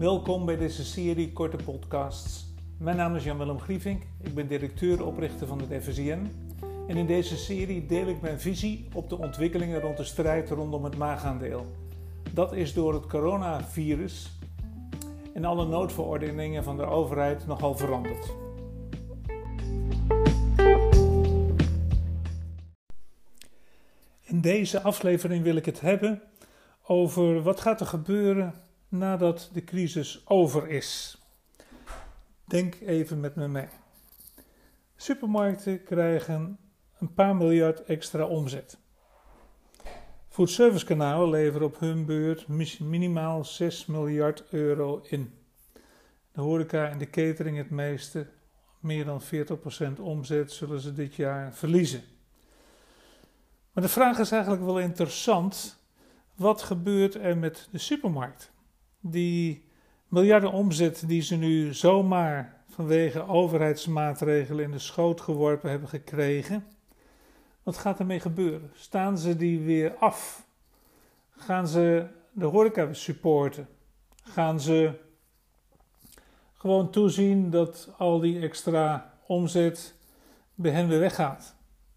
Welkom bij deze serie korte podcasts. Mijn naam is Jan-Willem Griefink, ik ben directeur-oprichter van het FSIN. En in deze serie deel ik mijn visie op de ontwikkelingen rond de strijd rondom het maagaandeel. Dat is door het coronavirus en alle noodverordeningen van de overheid nogal veranderd. In deze aflevering wil ik het hebben over wat gaat er gebeuren nadat de crisis over is. Denk even met me mee. Supermarkten krijgen een paar miljard extra omzet. Foodservicekanalen leveren op hun beurt minimaal 6 miljard euro in. De horeca en de catering het meeste, meer dan 40% omzet zullen ze dit jaar verliezen. Maar de vraag is eigenlijk wel interessant. Wat gebeurt er met de supermarkt? Die miljarden omzet die ze nu zomaar vanwege overheidsmaatregelen in de schoot geworpen hebben gekregen. Wat gaat ermee gebeuren? Staan ze die weer af? Gaan ze de horeca supporten? Gaan ze gewoon toezien dat al die extra omzet bij hen weer weggaat?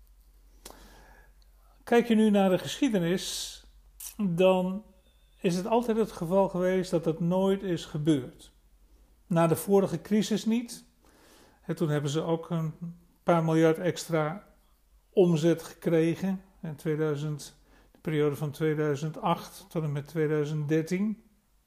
Kijk je nu naar de geschiedenis, dan is het altijd het geval geweest dat het nooit is gebeurd. Na de vorige crisis niet. En toen hebben ze ook een paar miljard extra omzet gekregen. In de periode van 2008 tot en met 2013.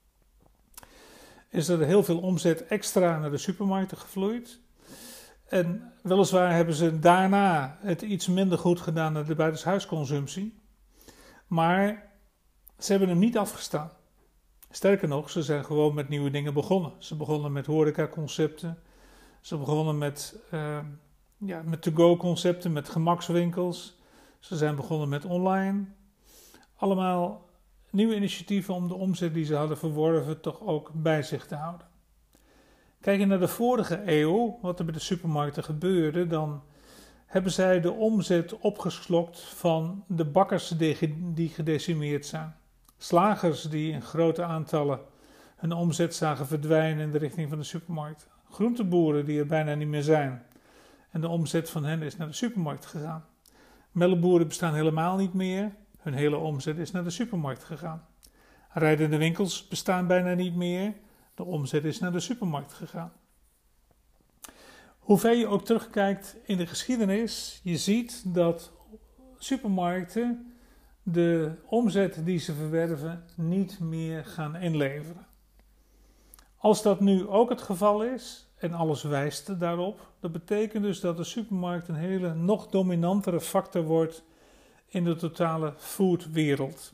Is er heel veel omzet extra naar de supermarkten gevloeid. En weliswaar hebben ze daarna het iets minder goed gedaan naar de buitenshuisconsumptie. Maar ze hebben hem niet afgestaan. Sterker nog, ze zijn gewoon met nieuwe dingen begonnen. Ze begonnen met horecaconcepten. Ze begonnen met to-go concepten, met gemakswinkels. Ze zijn begonnen met online. Allemaal nieuwe initiatieven om de omzet die ze hadden verworven toch ook bij zich te houden. Kijk je naar de vorige eeuw, wat er bij de supermarkten gebeurde, dan hebben zij de omzet opgeslokt van de bakkers die gedecimeerd zijn. Slagers die in grote aantallen hun omzet zagen verdwijnen in de richting van de supermarkt. Groenteboeren die er bijna niet meer zijn. En de omzet van hen is naar de supermarkt gegaan. Melkboeren bestaan helemaal niet meer. Hun hele omzet is naar de supermarkt gegaan. Rijdende winkels bestaan bijna niet meer. De omzet is naar de supermarkt gegaan. Hoe ver je ook terugkijkt in de geschiedenis, je ziet dat supermarkten de omzet die ze verwerven niet meer gaan inleveren. Als dat nu ook het geval is, en alles wijst daarop, dat betekent dus dat de supermarkt een hele nog dominantere factor wordt in de totale foodwereld.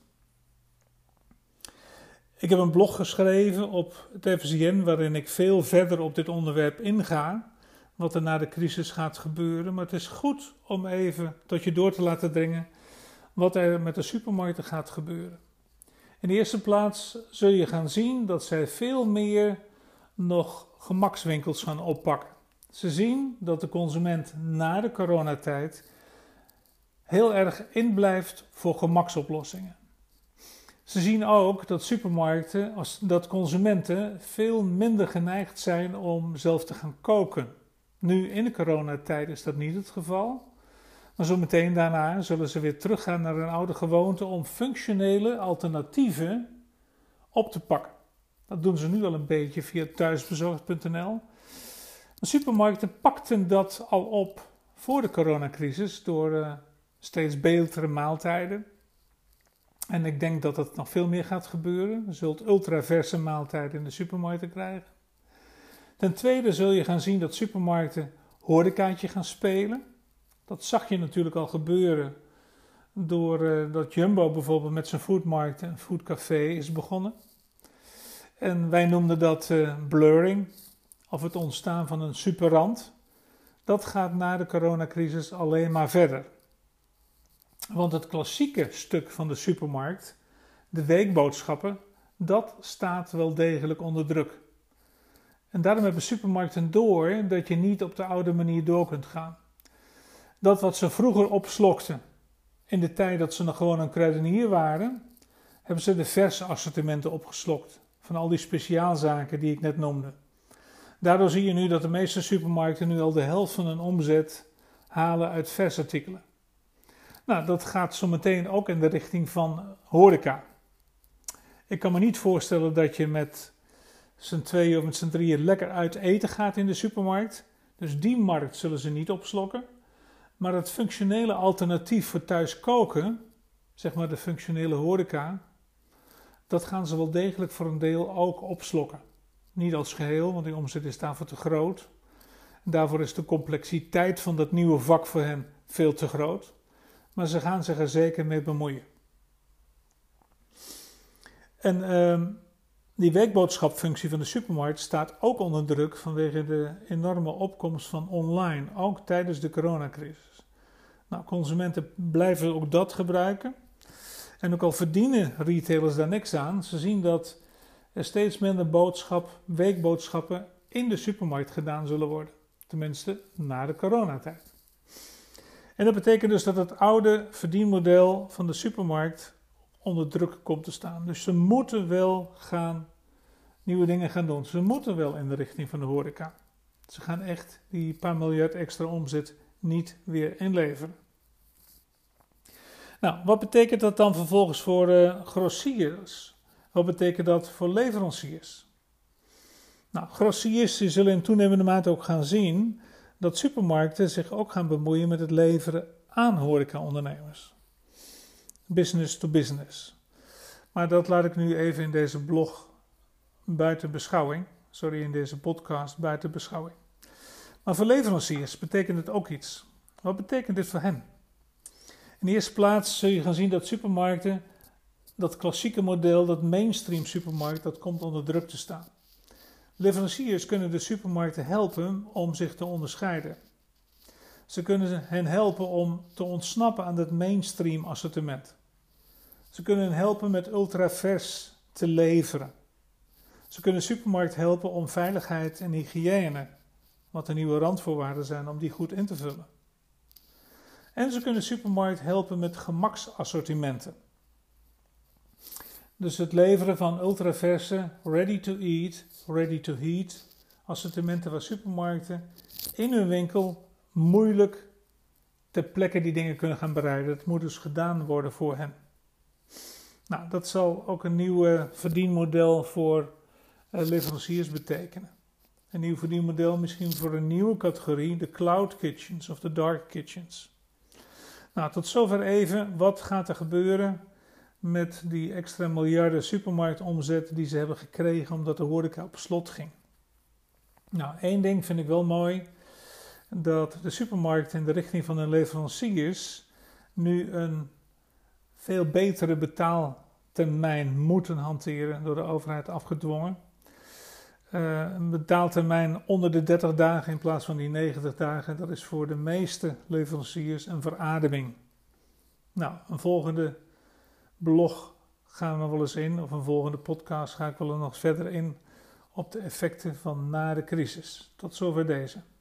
Ik heb een blog geschreven op het FSIN waarin ik veel verder op dit onderwerp inga, wat er na de crisis gaat gebeuren. Maar het is goed om even tot je door te laten dringen wat er met de supermarkten gaat gebeuren. In de eerste plaats zul je gaan zien dat zij veel meer nog gemakswinkels gaan oppakken. Ze zien dat de consument na de coronatijd heel erg inblijft voor gemaksoplossingen. Ze zien ook dat supermarkten, dat consumenten veel minder geneigd zijn om zelf te gaan koken. Nu in de coronatijd is dat niet het geval. Maar zo meteen daarna zullen ze weer teruggaan naar een oude gewoonte om functionele alternatieven op te pakken. Dat doen ze nu al een beetje via thuisbezorgd.nl. De supermarkten pakten dat al op voor de coronacrisis door steeds betere maaltijden. En ik denk dat dat nog veel meer gaat gebeuren. Je zult ultraverse maaltijden in de supermarkten krijgen. Ten tweede zul je gaan zien dat supermarkten horecaatje gaan spelen. Dat zag je natuurlijk al gebeuren doordat Jumbo bijvoorbeeld met zijn foodmarkt een foodcafé is begonnen. En wij noemden dat blurring, of het ontstaan van een superrand. Dat gaat na de coronacrisis alleen maar verder. Want het klassieke stuk van de supermarkt, de weekboodschappen, dat staat wel degelijk onder druk. En daarom hebben supermarkten door dat je niet op de oude manier door kunt gaan. Dat wat ze vroeger opslokten, in de tijd dat ze nog gewoon een kruidenier waren, hebben ze de verse assortimenten opgeslokt. van al die speciaalzaken die ik net noemde. Daardoor zie je nu dat de meeste supermarkten nu al de helft van hun omzet halen uit versartikelen. Nou, dat gaat zo meteen ook in de richting van horeca. Ik kan me niet voorstellen dat je met z'n tweeën of met z'n drieën lekker uit eten gaat in de supermarkt. Dus die markt zullen ze niet opslokken. Maar het functionele alternatief voor thuis koken, zeg maar de functionele horeca, dat gaan ze wel degelijk voor een deel ook opslokken. Niet als geheel, want die omzet is daarvoor te groot. En daarvoor is de complexiteit van dat nieuwe vak voor hen veel te groot. Maar ze gaan zich er zeker mee bemoeien. En die weekboodschapfunctie van de supermarkt staat ook onder druk vanwege de enorme opkomst van online, ook tijdens de coronacrisis. Nou, consumenten blijven ook dat gebruiken. En ook al verdienen retailers daar niks aan, ze zien dat er steeds minder weekboodschappen in de supermarkt gedaan zullen worden. Tenminste, na de coronatijd. En dat betekent dus dat het oude verdienmodel van de supermarkt onder druk komt te staan. Dus ze moeten wel nieuwe dingen gaan doen. Ze moeten wel in de richting van de horeca. Ze gaan echt die paar miljard extra omzet niet weer inleveren. Nou, wat betekent dat dan vervolgens voor grossiers? Wat betekent dat voor leveranciers? Nou, grossiers zullen in toenemende mate ook gaan zien dat supermarkten zich ook gaan bemoeien met het leveren aan horecaondernemers. Business to business. Maar dat laat ik nu even in deze blog buiten beschouwing. In deze podcast buiten beschouwing. Maar voor leveranciers betekent het ook iets. Wat betekent dit voor hen? In de eerste plaats zul je gaan zien dat supermarkten, dat klassieke model, dat mainstream supermarkt, dat komt onder druk te staan. Leveranciers kunnen de supermarkten helpen om zich te onderscheiden. Ze kunnen hen helpen om te ontsnappen aan het mainstream assortiment. Ze kunnen hen helpen met ultravers te leveren. Ze kunnen de supermarkt helpen om veiligheid en hygiëne, wat de nieuwe randvoorwaarden zijn, om die goed in te vullen. En ze kunnen de supermarkt helpen met gemaksassortimenten. Dus het leveren van ultraverse, ready to eat, ready to heat assortimenten waar supermarkten in hun winkel moeilijk ter plekke die dingen kunnen gaan bereiden. Het moet dus gedaan worden voor hen. Nou, dat zal ook een nieuw verdienmodel voor leveranciers betekenen. Een nieuw verdienmodel misschien voor een nieuwe categorie, de cloud kitchens of de dark kitchens. Nou, tot zover even, wat gaat er gebeuren met die extra miljarden supermarktomzet die ze hebben gekregen omdat de horeca op slot ging. Nou, één ding vind ik wel mooi, dat de supermarkten in de richting van de leveranciers nu een veel betere betaaltermijn moeten hanteren, door de overheid afgedwongen. Een betaaltermijn onder de 30 dagen in plaats van die 90 dagen, dat is voor de meeste leveranciers een verademing. Nou, een volgende blog gaan we wel eens in, of een volgende podcast ga ik wel nog verder in op de effecten van na de crisis. Tot zover deze.